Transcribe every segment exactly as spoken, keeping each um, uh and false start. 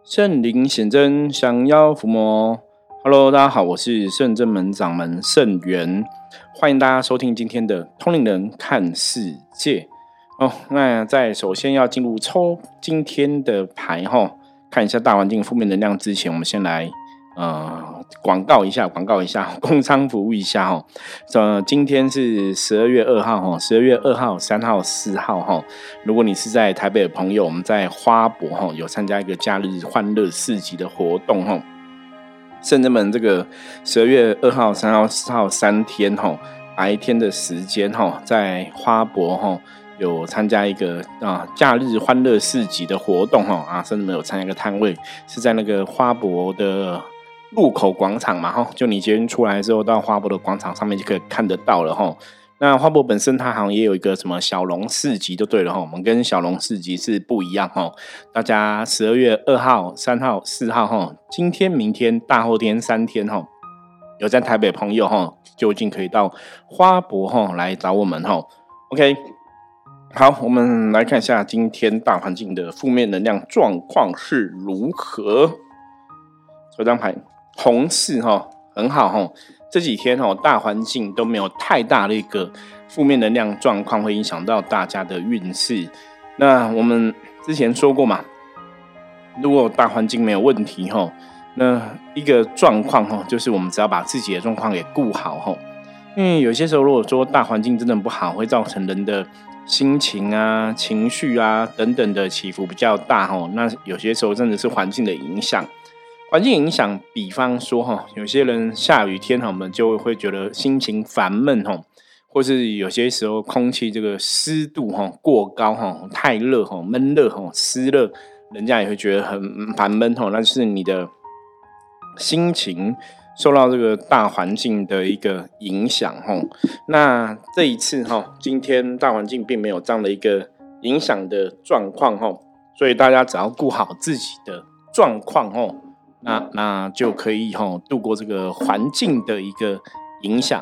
圣灵显真，降妖伏魔。Hello， 大家好，我是圣真门掌门圣元，欢迎大家收听今天的通灵人看世界。哦，那在首先要进入抽今天的牌哈，看一下大环境负面能量之前，我们先来呃广告一下，广告一下，工商服务一下哈。呃，今天是十二月二号哈，十二月二号、三号、四号哈。如果你是在台北的朋友，我们在花博哈有参加一个假日欢乐市集的活动哈。圣真门这个十二月二号、三号、四号三天哈，白天的时间哈，在花博哈有参加一个啊假日欢乐市集的活动哈啊，甚至有参加一个摊位，是在那个花博的入口广场嘛哈，就你捷运出来之后到花博的广场上面就可以看得到了哈。那花博本身它好像也有一个什么小龙市集就对了哈，我们跟小龙市集是不一样哈。大家十二月二号、三号、四号哈，今天、明天、大后天三天哈，有在台北朋友哈，就近可以到花博哈来找我们哈。OK， 好，我们来看一下今天大环境的负面能量状况是如何。这张牌红四哈，很好哈。这几天哦，大环境都没有太大的一个负面能量状况，会影响到大家的运势。那我们之前说过嘛，如果大环境没有问题哈，那一个状况哈，就是我们只要把自己的状况给顾好哈。因为有些时候，如果说大环境真的不好，会造成人的心情啊、情绪啊等等的起伏比较大哈。那有些时候真的是环境的影响。环境影响，比方说有些人下雨天我们就会觉得心情烦闷或是有些时候空气这个湿度过高太热闷热湿热，人家也会觉得很烦闷那是你的心情受到这个大环境的一个影响。那这一次今天大环境并没有这样的一个影响的状况，所以大家只要顾好自己的状况那, 那就可以吼度过这个环境的一个影响。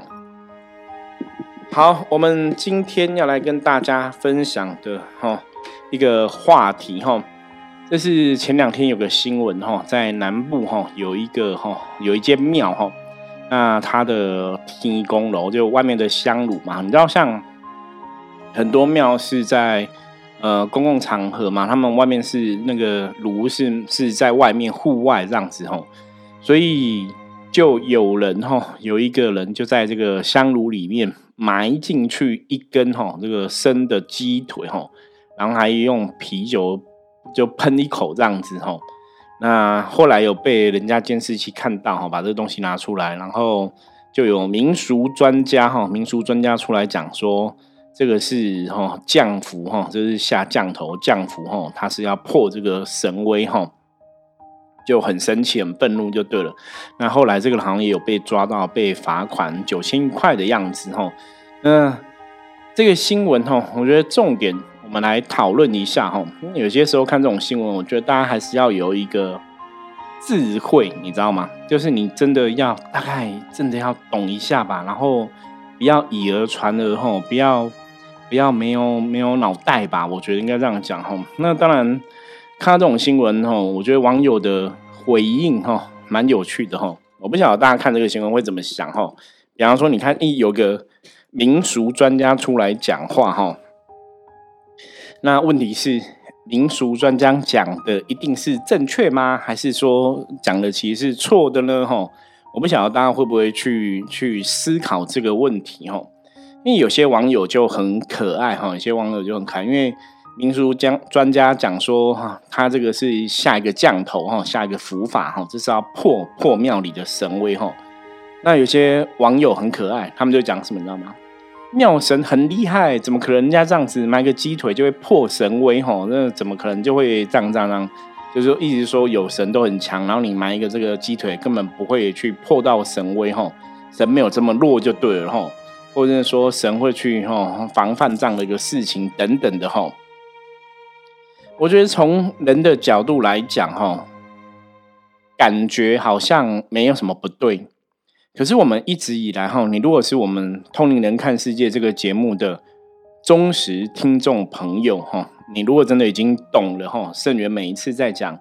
好，我们今天要来跟大家分享的吼一个话题吼，这是前两天有个新闻吼，在南部吼有一个吼有一间庙吼，那它的天公楼就外面的香炉嘛，你知道像很多庙是在呃，公共场合嘛，他们外面是那个炉是是在外面户外这样子吼，所以就有人吼，有一个人就在这个香炉里面埋进去一根吼这个生的鸡腿吼，然后还用啤酒就喷一口这样子吼。那后来有被人家监视器看到吼，把这个东西拿出来，然后就有民俗专家吼，民俗专家出来讲说。这个是哈降符哈，就是下降头降符哈，他是要破这个神威哈，就很生气很愤怒就对了。那后来这个人好像也有被抓到，被罚款九千块的样子哈。那这个新闻哈，我觉得重点我们来讨论一下哈。有些时候看这种新闻，我觉得大家还是要有一个智慧，你知道吗？就是你真的要大概真的要懂一下吧，然后不要以讹传讹哈，不要。不要没有没有脑袋吧，我觉得应该这样讲哈。那当然看到这种新闻哈，我觉得网友的回应哈蛮有趣的哈。我不晓得大家看这个新闻会怎么想哈。比方说，你看一有个民俗专家出来讲话哈，那问题是民俗专家讲的一定是正确吗？还是说讲的其实是错的呢？哈，我不晓得大家会不会去去思考这个问题哈。因为有些网友就很可爱哈，有些网友就很可爱，因为民俗专家讲说哈，他这个是下一个降头哈，下一个符法哈，这是要破破庙里的神威哈。那有些网友很可爱，他们就讲什么你知道吗？庙神很厉害，怎么可能人家这样子买个鸡腿就会破神威哈？那怎么可能就会这样这样这样？就是说一直说有神都很强，然后你买一个这个鸡腿根本不会去破到神威哈，神没有这么弱就对了哈。或者说神会去防范这样的一个事情等等的齁，我觉得从人的角度来讲齁，感觉好像没有什么不对。可是我们一直以来齁，你如果是我们通灵人看世界这个节目的忠实听众朋友齁，你如果真的已经懂了齁，圣元每一次在讲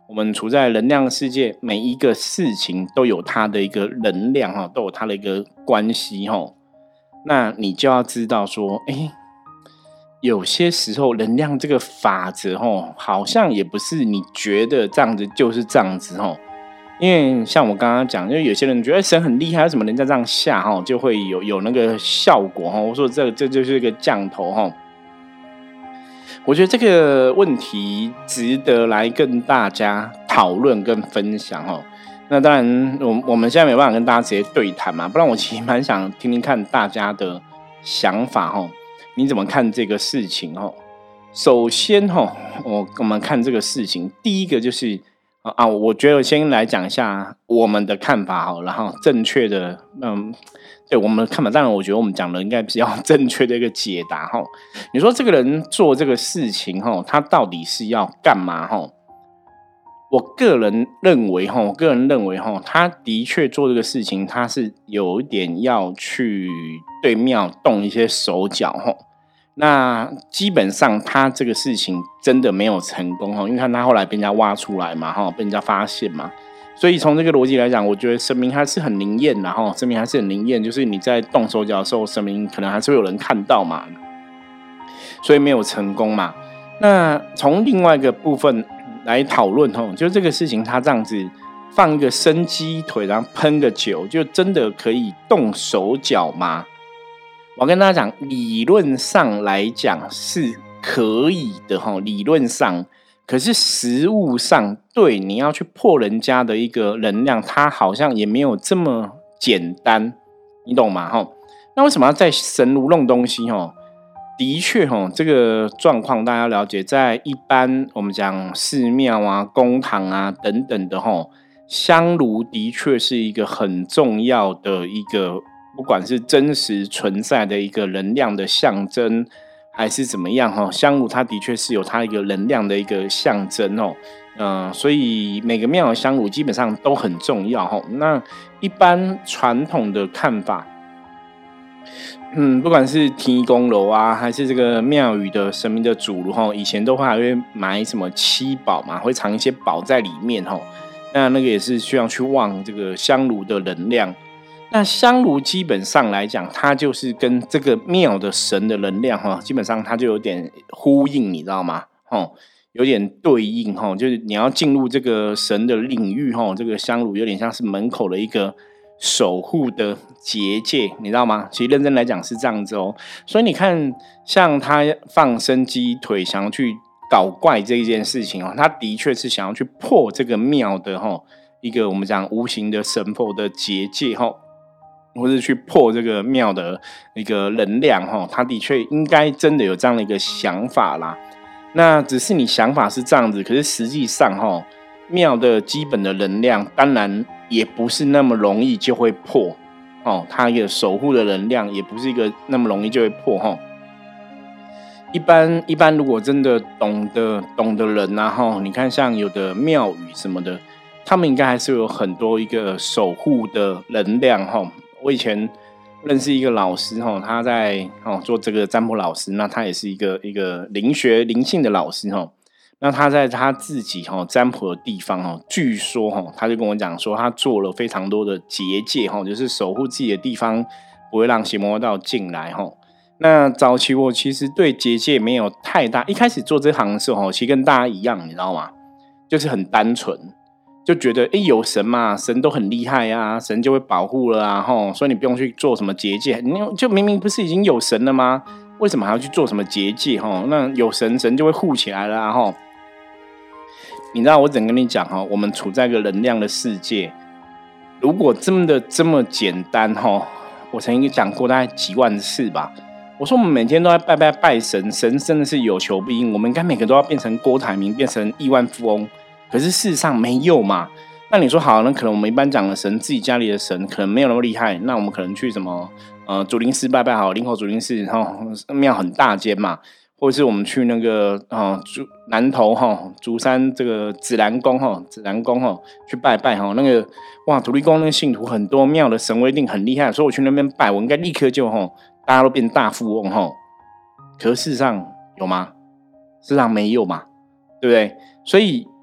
我们处在能量世界，每一个事情都有它的一个能量，都有它的一个关系。那你就要知道说，哎，有些时候能量这个法则好像也不是你觉得这样子就是这样子。因为像我刚刚讲，就有些人觉得神很厉害，为什么人家这样下就会有有那个效果。我说这这就是一个降头。我觉得这个问题值得来跟大家讨论跟分享。那当然我我们现在没办法跟大家直接对谈嘛，不然我其实蛮想听听看大家的想法。你怎么看这个事情？首先我我们看这个事情，第一个就是啊，我觉得先来讲一下我们的看法好了，然后正确的，嗯，对我们的看法，当然我觉得我们讲的应该比较正确的一个解答哈。你说这个人做这个事情哈，他到底是要干嘛哈？我个人认为哈，我个人认为哈，他的确做这个事情，他是有一点要去对庙动一些手脚哈。那基本上他这个事情真的没有成功，因为他后来被人家挖出来嘛，被人家发现嘛，所以从这个逻辑来讲，我觉得神明还是很灵验，然后神明还是很灵验，就是你在动手脚的时候，神明可能还是会有人看到嘛，所以没有成功嘛。那从另外一个部分来讨论，就这个事情他这样子放一个生鸡腿，然后喷个酒，就真的可以动手脚吗？我跟大家讲，理论上来讲是可以的，理论上，可是实务上，对你要去破人家的一个能量，它好像也没有这么简单，你懂吗？那为什么要在神炉弄东西？的确，这个状况大家了解，在一般我们讲寺庙啊、公堂啊等等的，香炉的确是一个很重要的一个。不管是真实存在的一个能量的象征，还是怎么样，香炉它的确是有它一个能量的一个象征哦。嗯、呃，所以每个庙的香炉基本上都很重要哦。那一般传统的看法，嗯，不管是天公炉啊，还是这个庙宇的神明的主炉，以前都会还会买什么七宝嘛，会藏一些宝在里面哦。那那个也是需要去旺这个香炉的能量。那香炉基本上来讲，它就是跟这个庙的神的能量基本上它就有点呼应，你知道吗？有点对应，就是你要进入这个神的领域，这个香炉有点像是门口的一个守护的结界，你知道吗？其实认真来讲是这样子哦。所以你看，像他放生鸡腿想要去搞怪这一件事情，他的确是想要去破这个庙的一个我们讲无形的神佛的结界，或是去破这个庙的一个能量，他的确应该真的有这样的一个想法啦。那只是你想法是这样子，可是实际上庙的基本的能量当然也不是那么容易就会破，它一个守护的能量也不是一个那么容易就会破。一般一般如果真的懂得懂的人啊，你看像有的庙宇什么的，他们应该还是有很多一个守护的能量。我以前认识一个老师，他在做这个占卜老师，那他也是一个一个灵学灵性的老师。那他在他自己占卜的地方，据说他就跟我讲说，他做了非常多的结界，就是守护自己的地方不会让邪魔道进来。那早期我其实对结界没有太大，一开始做这行的时候，其实跟大家一样，你知道吗？就是很单纯。就觉得哎，有神嘛，神都很厉害啊，神就会保护了啊，吼，所以你不用去做什么结界，你就明明不是已经有神了吗？为什么还要去做什么结界？吼，那有神，神就会护起来了啊，吼。你知道我怎么跟你讲哈？我们处在一个能量的世界，如果真的这么简单哈，我曾经讲过大概几万次吧。我说我们每天都在拜拜拜神，神真的是有求必应，我们应该每个都要变成郭台铭，变成亿万富翁。可是事实上没有嘛？那你说好，那可能我们一般讲的神，自己家里的神可能没有那么厉害，那我们可能去什么呃竹林寺拜拜好，林口竹林寺，然后庙很大间嘛，或者是我们去那个呃南投哈竹山这个紫兰宫哈紫兰宫哈去拜拜哈，那个哇土地公那个信徒很多，庙的神威一定很厉害，所以我去那边拜，我应该立刻就哈大家都变大富翁哈。可是事实上有吗？事实上没有嘛，对不对？所以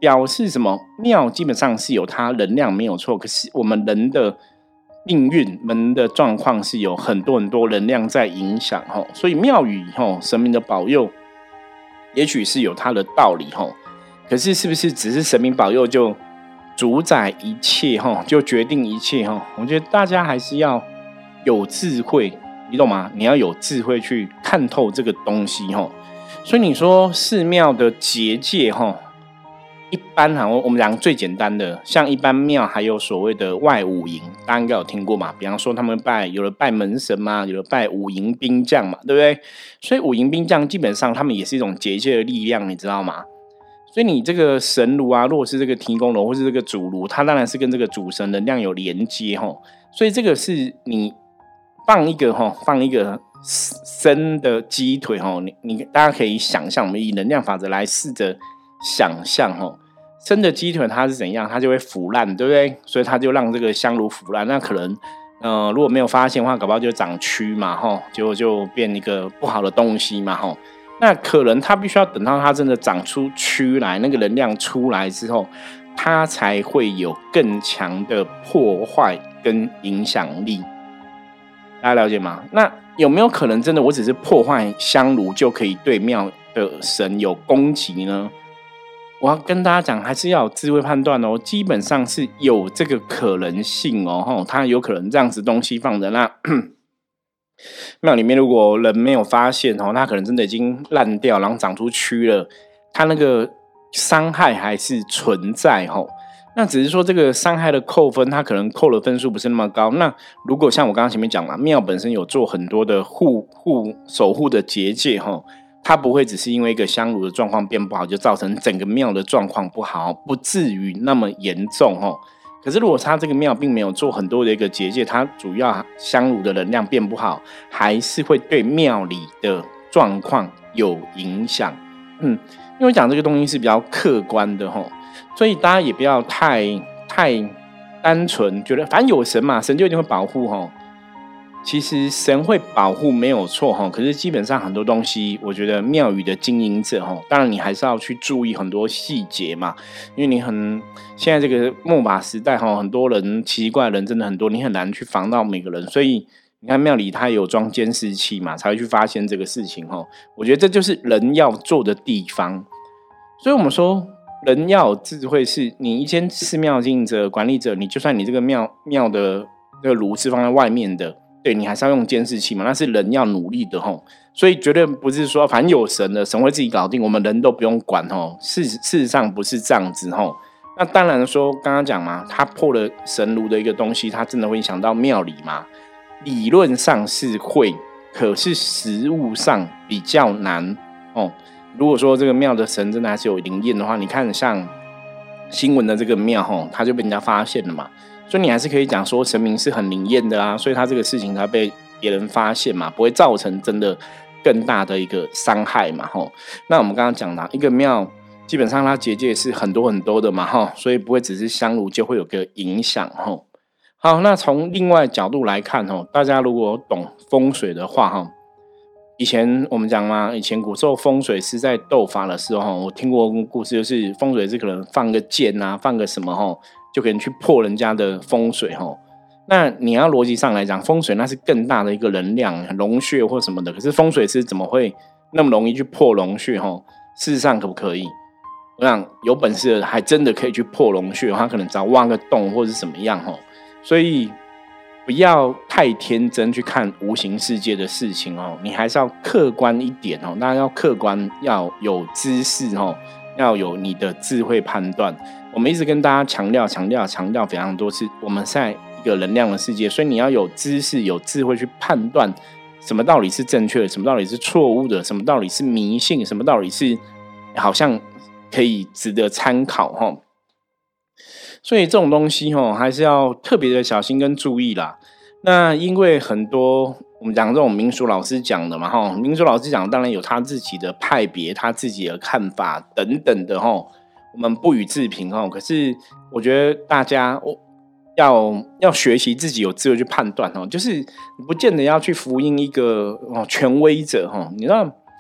表示什么？庙基本上是有它能量没有错，可是我们人的命运、人的状况是有很多很多能量在影响，所以庙宇神明的保佑也许是有它的道理，可是是不是只是神明保佑就主宰一切，就决定一切？我觉得大家还是要有智慧，你懂吗？你要有智慧去看透这个东西。所以你说寺庙的结界，一般我们讲最简单的，像一般庙还有所谓的外五营，大家应该有听过嘛？比方说他们拜，有的拜门神嘛，有的拜五营兵将嘛，对不对？所以五营兵将基本上他们也是一种结界的力量，你知道吗？所以你这个神炉啊，如果是这个提供炉或是这个主炉，它当然是跟这个主神能量有连接，所以这个是你放一个放一个生的鸡腿，你你大家可以想象，我们以能量法则来试着想象，生的鸡腿它是怎样，它就会腐烂，对不对？所以它就让这个香炉腐烂，那可能呃如果没有发现的话，搞不好就长蛆嘛，就就变一个不好的东西嘛，那可能它必须要等到它真的长出蛆来，那个能量出来之后，它才会有更强的破坏跟影响力。大家了解吗？那有没有可能真的我只是破坏香炉就可以对庙的神有攻击呢？我要跟大家讲，还是要有智慧判断哦。基本上是有这个可能性哦，它有可能这样子东西放着，那庙里面如果人没有发现哦，它可能真的已经烂掉，然后长出蛆了，它那个伤害还是存在哦。那只是说这个伤害的扣分，它可能扣的分数不是那么高。那如果像我刚刚前面讲嘛，庙本身有做很多的护护守护的结界哦，它不会只是因为一个香炉的状况变不好，就造成整个庙的状况不好，不至于那么严重哦。可是如果它这个庙并没有做很多的一个结界，它主要香炉的能量变不好，还是会对庙里的状况有影响。嗯，因为讲这个东西是比较客观的吼，所以大家也不要太太单纯觉得反正有神嘛，神就一定会保护吼。其实神会保护没有错齁，可是基本上很多东西我觉得庙宇的经营者齁，当然你还是要去注意很多细节嘛，因为你很现在这个末法时代齁，很多人奇怪的人真的很多，你很难去防到每个人，所以你看庙里它有装监视器嘛，才会去发现这个事情齁。我觉得这就是人要做的地方，所以我们说人要有智慧，是你一间寺庙经营者管理者，你就算你这个庙庙的这个炉是放在外面的，对，你还是要用监视器嘛，那是人要努力的齁，所以绝对不是说反正有神了，神会自己搞定，我们人都不用管齁。事事实上不是这样子齁。那当然说，刚刚讲嘛，他破了神炉的一个东西，他真的会影响到庙里嘛？理论上是会，可是实务上比较难哦。如果说这个庙的神真的还是有灵验的话，你看像新闻的这个庙齁，他就被人家发现了嘛。所以你还是可以讲说神明是很灵验的啦，所以他这个事情才被别人发现嘛，不会造成真的更大的一个伤害嘛齁。那我们刚刚讲的一个庙基本上它结界是很多很多的嘛齁，所以不会只是香炉就会有个影响齁。好，那从另外角度来看齁，大家如果懂风水的话齁，以前我们讲嘛，以前古时候风水师在斗法的时候，我听过故事，就是风水师可能放个箭啊，放个什么齁，就可能去破人家的风水齁。那你要逻辑上来讲，风水那是更大的一个能量，龙穴或什么的，可是风水师怎么会那么容易去破龙穴齁？事实上可不可以？我想有本事的还真的可以去破龙穴，他可能只要挖个洞或者是什么样齁。所以不要太天真去看无形世界的事情哦，你还是要客观一点哦。当然要客观，要有知识哦，要有你的智慧判断。我们一直跟大家强调、强调、强调非常多次，我们在一个能量的世界，所以你要有知识、有智慧去判断什么道理是正确的，什么道理是错误的，什么道理是迷信，什么道理是好像可以值得参考哈。所以这种东西齁，还是要特别的小心跟注意啦。那因为很多我们讲这种民俗老师讲的嘛齁，民俗老师讲当然有他自己的派别，他自己的看法等等的齁，我们不予置评齁。可是我觉得大家要要学习自己有智慧去判断齁，就是你不见得要去服膺一个权威者齁。你知道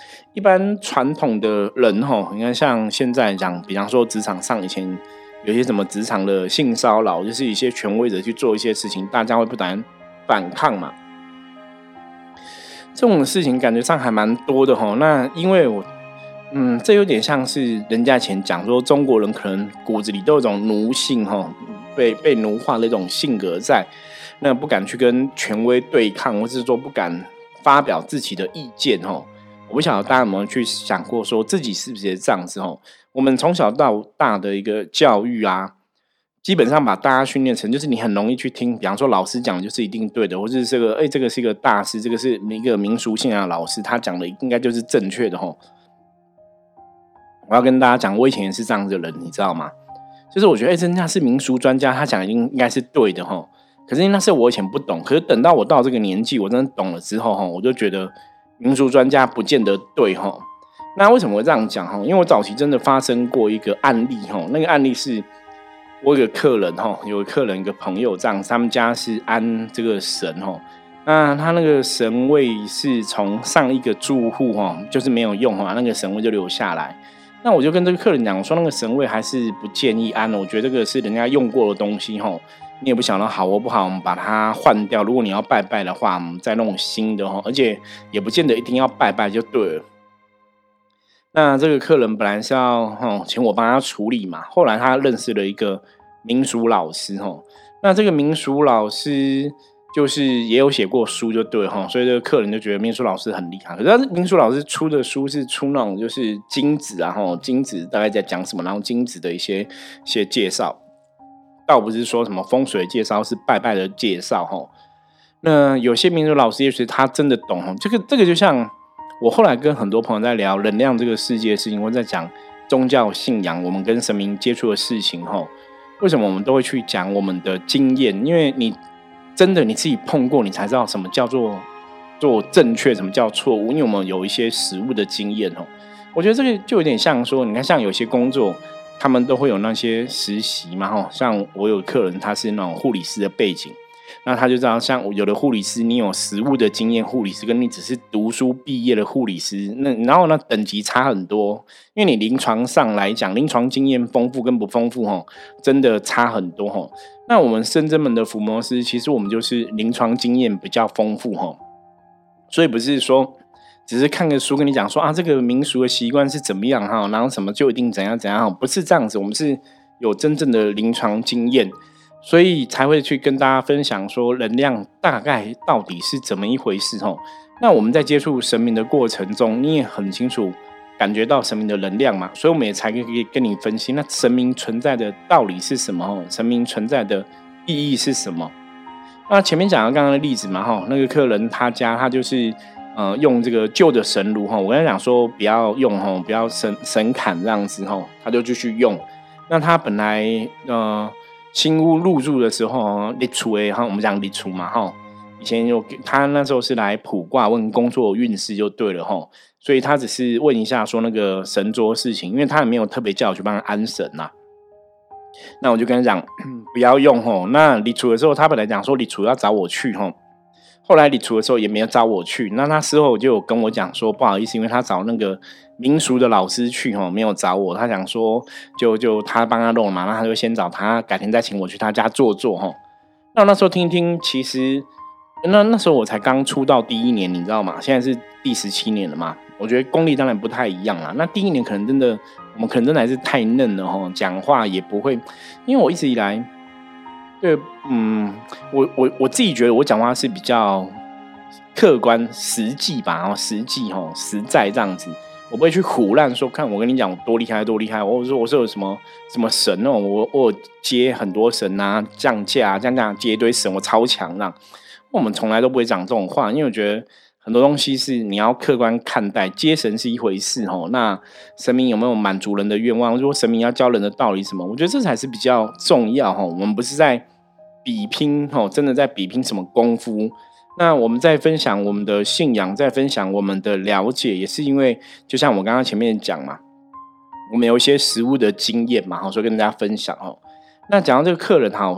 一般传统的人吼，你看像现在讲，比方说职场上以前有些什么职场的性骚扰，就是一些权威者去做一些事情，大家会不断反抗嘛。这种事情感觉上还蛮多的吼。那因为我，嗯，这有点像是人家以前讲说，中国人可能骨子里都有一种奴性吼，被被奴化的一种性格在，那不敢去跟权威对抗，或是说不敢发表自己的意见吼。我不晓得大家有没有去想过，说自己是不是也这样子吼？我们从小到大的一个教育啊，基本上把大家训练成，就是你很容易去听，比方说老师讲的就是一定对的，或是这个，哎、欸，这个是一个大师，这个是一个民俗信仰的老师，他讲的应该就是正确的吼。我要跟大家讲，我以前也是这样子的人，你知道吗？就是我觉得，哎、欸，人家是民俗专家，他讲的应应该是对的吼。可是那是我以前不懂，可是等到我到这个年纪，我真的懂了之后吼，我就觉得民俗专家不见得对吼。那为什么会这样讲吼？因为我早期真的发生过一个案例吼，那个案例是我有个客人吼，有个客人一个朋友这样，他们家是安这个神吼。那他那个神位是从上一个住户吼，就是没有用吼，那个神位就留下来。那我就跟这个客人讲，我说那个神位还是不建议安，我觉得这个是人家用过的东西吼，你也不想到好或不好，我们把它换掉。如果你要拜拜的话，我们再弄新的吼，而且也不见得一定要拜拜就对了。那这个客人本来是要吼请我帮他处理嘛，后来他认识了一个民俗老师吼，那这个民俗老师就是也有写过书就对齁，所以这个客人就觉得民俗老师很厉害。可是民俗老师出的书是出那种就是金子啊齁，金子大概在讲什么，然后金子的一些一些介绍，倒不是说什么风水介绍，是拜拜的介绍齁。那有些民俗老师也许他真的懂齁，这个这个就像我后来跟很多朋友在聊能量这个世界的事情，或在讲宗教信仰，我们跟神明接触的事情齁，为什么我们都会去讲我们的经验？因为你真的你自己碰过，你才知道什么叫做做正确，什么叫错误。因为我们有一些实务的经验哦，我觉得这个就有点像说，你看像有些工作，他们都会有那些实习嘛哈。像我有客人，他是那种护理师的背景，那他就知道，像有的护理师，你有实务的经验，护理师跟你只是读书毕业的护理师，那然后呢等级差很多，因为你临床上来讲，临床经验丰富跟不丰富哈，真的差很多哈。那我们深圳门的伏魔师，其实我们就是临床经验比较丰富齁，所以不是说只是看个书跟你讲说啊，这个民俗的习惯是怎么样哈，然后什么就一定怎样怎样，不是这样子，我们是有真正的临床经验，所以才会去跟大家分享说能量大概到底是怎么一回事齁。那我们在接触神明的过程中，你也很清楚感觉到神明的能量嘛，所以我们也才可以跟你分析，那神明存在的道理是什么？神明存在的意义是什么？那前面讲到刚刚的例子嘛，那个客人他家他就是呃用这个旧的神炉，我跟他讲说不要用，不要神神砍这样子，他就继续用。那他本来呃新屋入住的时候，立储诶，我们讲立储嘛，以前有他那时候是来卜卦问工作运势就对了齁，所以他只是问一下说那个神桌事情，因为他也没有特别叫我去帮他安神呐、啊。那我就跟他讲不要用齁。那理处的时候，他本来讲说理处要找我去齁，后来理处的时候也没有找我去。那他事后就有跟我讲说不好意思，因为他找那个民俗的老师去齁，没有找我。他讲说就就他帮他弄嘛，那他就先找他，改天再请我去他家坐坐齁。那我那时候听一听，其实。那那时候我才刚出道第一年，你知道吗？现在是第十七年了嘛。我觉得功力当然不太一样啦。那第一年可能真的，我们可能真的还是太嫩了齁，讲话也不会。因为我一直以来，对，嗯，我我我自己觉得我讲话是比较客观、实际吧，然后实际齁，实在这样子。我不会去唬烂说，看我跟你讲我多厉害多厉害。我说我说有什么什么神哦，我我接很多神啊，降价这样这样接一堆神，我超强这样。我们从来都不会讲这种话，因为我觉得很多东西是你要客观看待，接神是一回事齁，那神明有没有满足人的愿望？如果神明要教人的道理什么，我觉得这才是比较重要齁。我们不是在比拼齁，真的在比拼什么功夫。那我们在分享我们的信仰，在分享我们的了解，也是因为就像我刚刚前面讲嘛，我们有一些实务的经验嘛，所以跟大家分享齁。那讲到这个客人齁。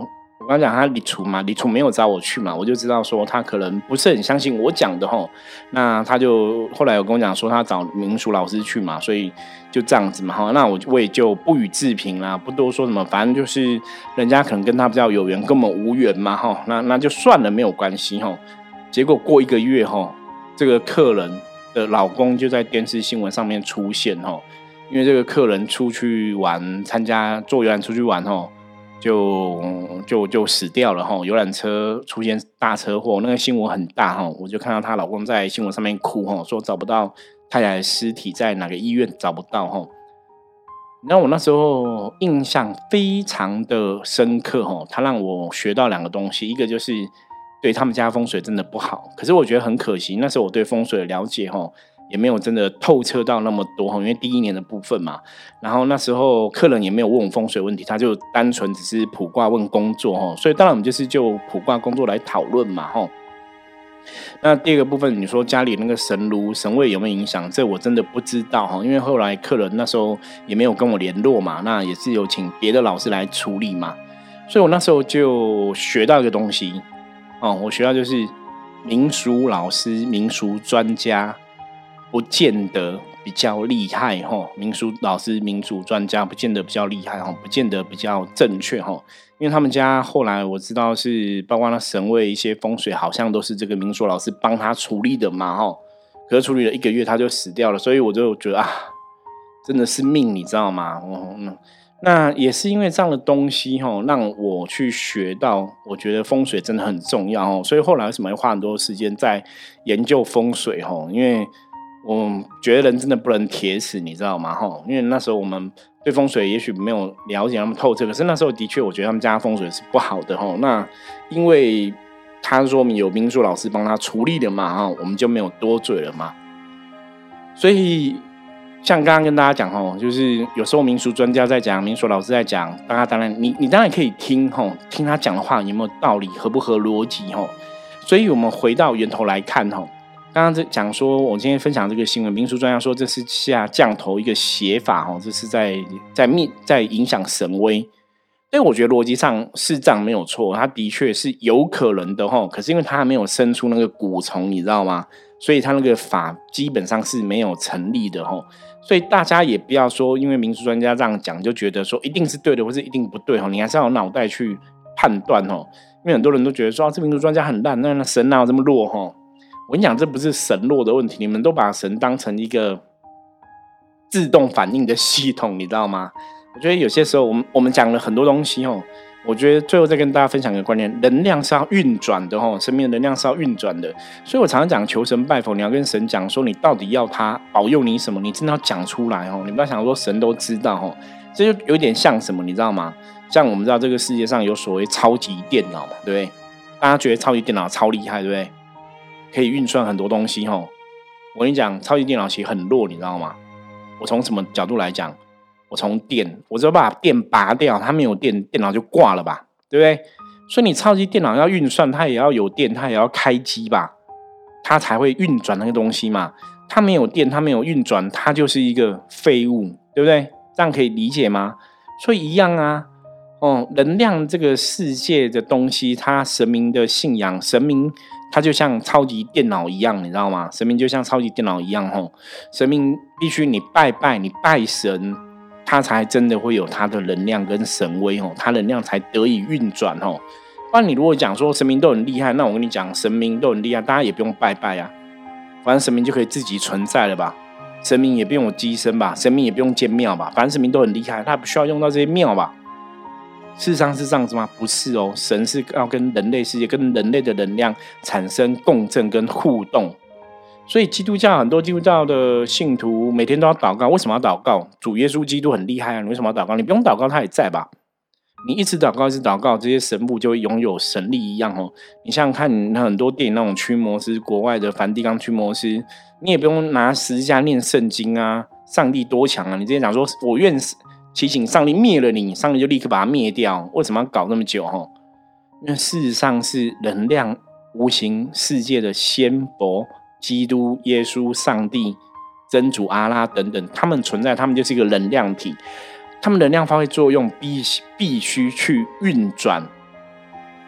我刚讲他李楚嘛，李楚没有找我去嘛，我就知道说他可能不是很相信我讲的吼。那他就后来有跟我讲说他找民俗老师去嘛，所以就这样子嘛哈。那我我也就不予置评啦，不多说什么，反正就是人家可能跟他比较有缘，跟我们无缘嘛哈。那那就算了，没有关系哈。结果过一个月哈，这个客人的老公就在电视新闻上面出现哈，因为这个客人出去玩，参加坐游览出去玩哈。就就就死掉了哈，游览车出现大车祸，那个新闻很大哈，我就看到她老公在新闻上面哭哈，说找不到太太的尸体，在哪个医院找不到哈。然后我那时候印象非常的深刻哈，他让我学到两个东西，一个就是对他们家风水真的不好，可是我觉得很可惜，那时候我对风水的了解哈。也没有真的透彻到那么多，因为第一年的部分嘛，然后那时候客人也没有问我风水问题，他就单纯只是卜卦问工作，所以当然我们就是就卜卦工作来讨论嘛。那第二个部分你说家里那个神炉神位有没有影响，这我真的不知道，因为后来客人那时候也没有跟我联络嘛，那也是有请别的老师来处理嘛，所以我那时候就学到一个东西，我学到就是民俗老师民俗专家不见得比较厉害，民俗老师民俗专家不见得比较厉害，不见得比较正确，因为他们家后来我知道是包括那神位一些风水好像都是这个民俗老师帮他处理的嘛，可是处理了一个月他就死掉了，所以我就觉得啊，真的是命，你知道吗？那也是因为这样的东西让我去学到，我觉得风水真的很重要，所以后来为什么要花很多时间在研究风水，因为我觉得人真的不能铁死，你知道吗？因为那时候我们对风水也许没有了解那么透彻，可是那时候的确我觉得他们家风水是不好的。那因为他说有民俗老师帮他处理的嘛，我们就没有多嘴了嘛。所以像刚刚跟大家讲，就是有时候民俗专家在讲，民俗老师在讲，大家当然 你, 你当然可以听听他讲的话有没有道理，合不合逻辑。所以我们回到源头来看，刚刚在讲说，我今天分享这个新闻，民俗专家说这是下降头一个写法，这是在在在影响神威。所以我觉得逻辑上是这样没有错，它的确是有可能的，可是因为它还没有生出那个蛊虫，你知道吗？所以它那个法基本上是没有成立的。所以大家也不要说因为民俗专家这样讲就觉得说一定是对的或是一定不对，你还是要有脑袋去判断。因为很多人都觉得说、啊、这民俗专家很烂，那神哪有这么弱？我跟你讲，这不是神弱的问题，你们都把神当成一个自动反应的系统，你知道吗？我觉得有些时候我们我们讲了很多东西，我觉得最后再跟大家分享一个观念，能量是要运转的，生命的能量是要运转的。所以我常常讲求神拜佛，你要跟神讲说你到底要他保佑你什么，你真的要讲出来，你不要想说神都知道，这就有点像什么你知道吗？像我们知道这个世界上有所谓超级电脑嘛，对不对？大家觉得超级电脑超厉害，对不对？可以运算很多东西。我跟你讲，超级电脑其实很弱，你知道吗？我从什么角度来讲？我从电，我只要把电拔掉，它没有电，电脑就挂了吧，对不对？所以你超级电脑要运算，它也要有电，它也要开机吧，它才会运转那个东西嘛。它没有电，它没有运转，它就是一个废物，对不对？这样可以理解吗？所以一样啊。哦，能量这个世界的东西，它神明的信仰，神明它就像超级电脑一样，你知道吗？神明就像超级电脑一样，吼，神明必须你拜拜，你拜神，它才真的会有它的能量跟神威，吼，它能量才得以运转，吼。不然你如果讲说神明都很厉害，那我跟你讲，神明都很厉害，大家也不用拜拜啊，反正神明就可以自己存在了吧？神明也不用有机身吧？神明也不用建庙吧？反正神明都很厉害，他不需要用到这些庙吧？事实上是这样子吗？不是哦，神是要跟人类世界、跟人类的能量产生共振跟互动。所以基督教很多基督教的信徒每天都要祷告，为什么要祷告？主耶稣基督很厉害啊，你为什么要祷告？你不用祷告，他也在吧？你一直祷告，一直祷告，这些神父就会拥有神力一样哦。你想想看，很多电影那种驱魔师，国外的梵蒂冈驱魔师，你也不用拿十字架念圣经啊，上帝多强啊！你直接讲说，我愿祈请上帝灭了你，上帝就立刻把它灭掉。为什么要搞那么久？因为事实上是能量无形世界的仙佛、基督、耶稣、上帝、真主、阿拉等等，他们存在，他们就是一个能量体，他们能量发挥作用必必须去运转，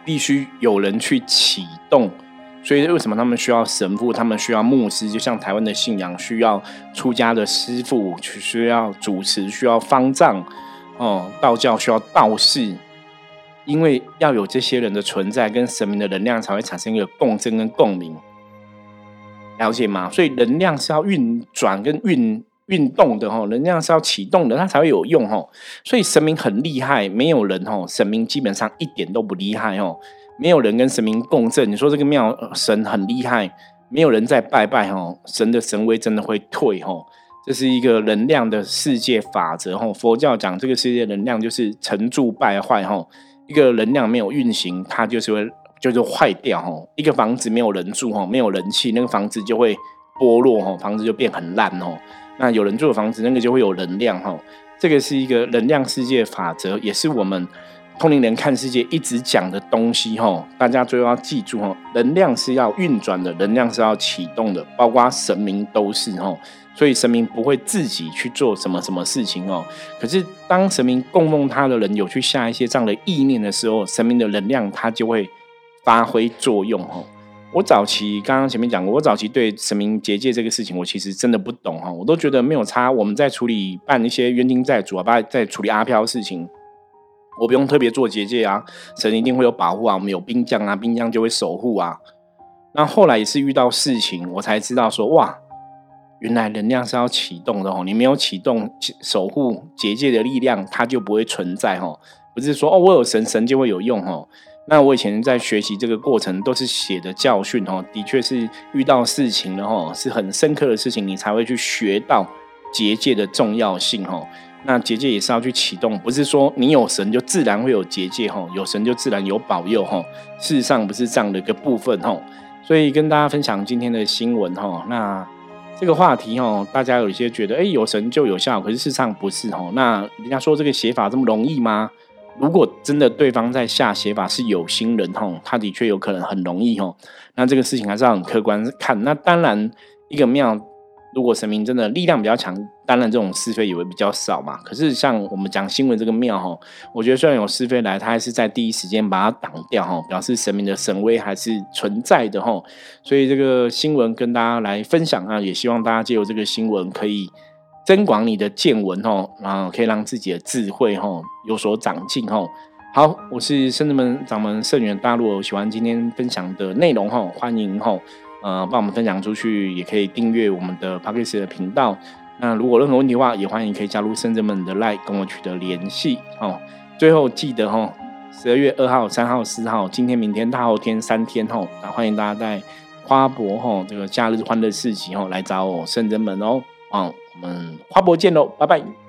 必须有人去启动。所以为什么他们需要神父，他们需要牧师，就像台湾的信仰需要出家的师父，需要主持，需要方丈、哦、道教需要道士，因为要有这些人的存在跟神明的能量才会产生一个共振跟共鸣，了解吗？所以能量是要运转跟运运动的，能量是要启动的，它才会有用。所以神明很厉害，没有人神明基本上一点都不厉害，没有人跟神明共振。你说这个庙神很厉害，没有人在拜拜，神的神威真的会退。这是一个能量的世界法则。佛教讲这个世界能量就是成住败坏，一个能量没有运行，它就是会就是坏掉。一个房子没有人住，没有人气，那个房子就会剥落，房子就变很烂。那有人住的房子，那个就会有能量。这个是一个能量世界法则，也是我们通灵人看世界一直讲的东西。大家最后要记住，能量是要运转的，能量是要启动的，包括神明都是。所以神明不会自己去做什么什么事情。可是当神明供奉他的人有去下一些这样的意念的时候，神明的能量它就会发挥作用。我早期刚刚前面讲过，我早期对神明结界这个事情我其实真的不懂，我都觉得没有差。我们在处理办一些冤亲债主啊，在处理阿飘的事情，我不用特别做结界啊，神一定会有保护啊，我们有兵将啊，兵将就会守护啊。那后来也是遇到事情我才知道说，哇，原来能量是要启动的，你没有启动守护结界的力量，它就不会存在。不是说哦，我有神神就会有用。那我以前在学习这个过程都是写的教训，的确是遇到事情了，是很深刻的事情，你才会去学到结界的重要性。那结界也是要去启动，不是说你有神就自然会有结界，有神就自然有保佑，事实上不是这样的一个部分。所以跟大家分享今天的新闻。那这个话题大家有一些觉得有神就有效，可是事实上不是。那人家说这个写法这么容易吗？如果真的对方在下写法是有心人，他的确有可能很容易。那这个事情还是要很客观看。那当然一个庙如果神明真的力量比较强，当然这种是非也会比较少嘛。可是像我们讲新闻这个庙，我觉得虽然有是非来，他还是在第一时间把它挡掉，表示神明的神威还是存在的。所以这个新闻跟大家来分享啊，也希望大家借由这个新闻可以增广你的见闻，然后可以让自己的智慧有所长进。好，我是圣真门掌门圣元，大家如果喜欢今天分享的内容，欢迎呃帮我们分享出去，也可以订阅我们的 Podcast 的频道。那如果任何问题的话，也欢迎可以加入圣真门的 LINE 跟我取得联系。最后记得十二月二号、三号、四号，今天、明天、大后天三天，欢迎大家在花博这个假日欢乐市集来找我圣真门哦。我们花博见喽，拜拜。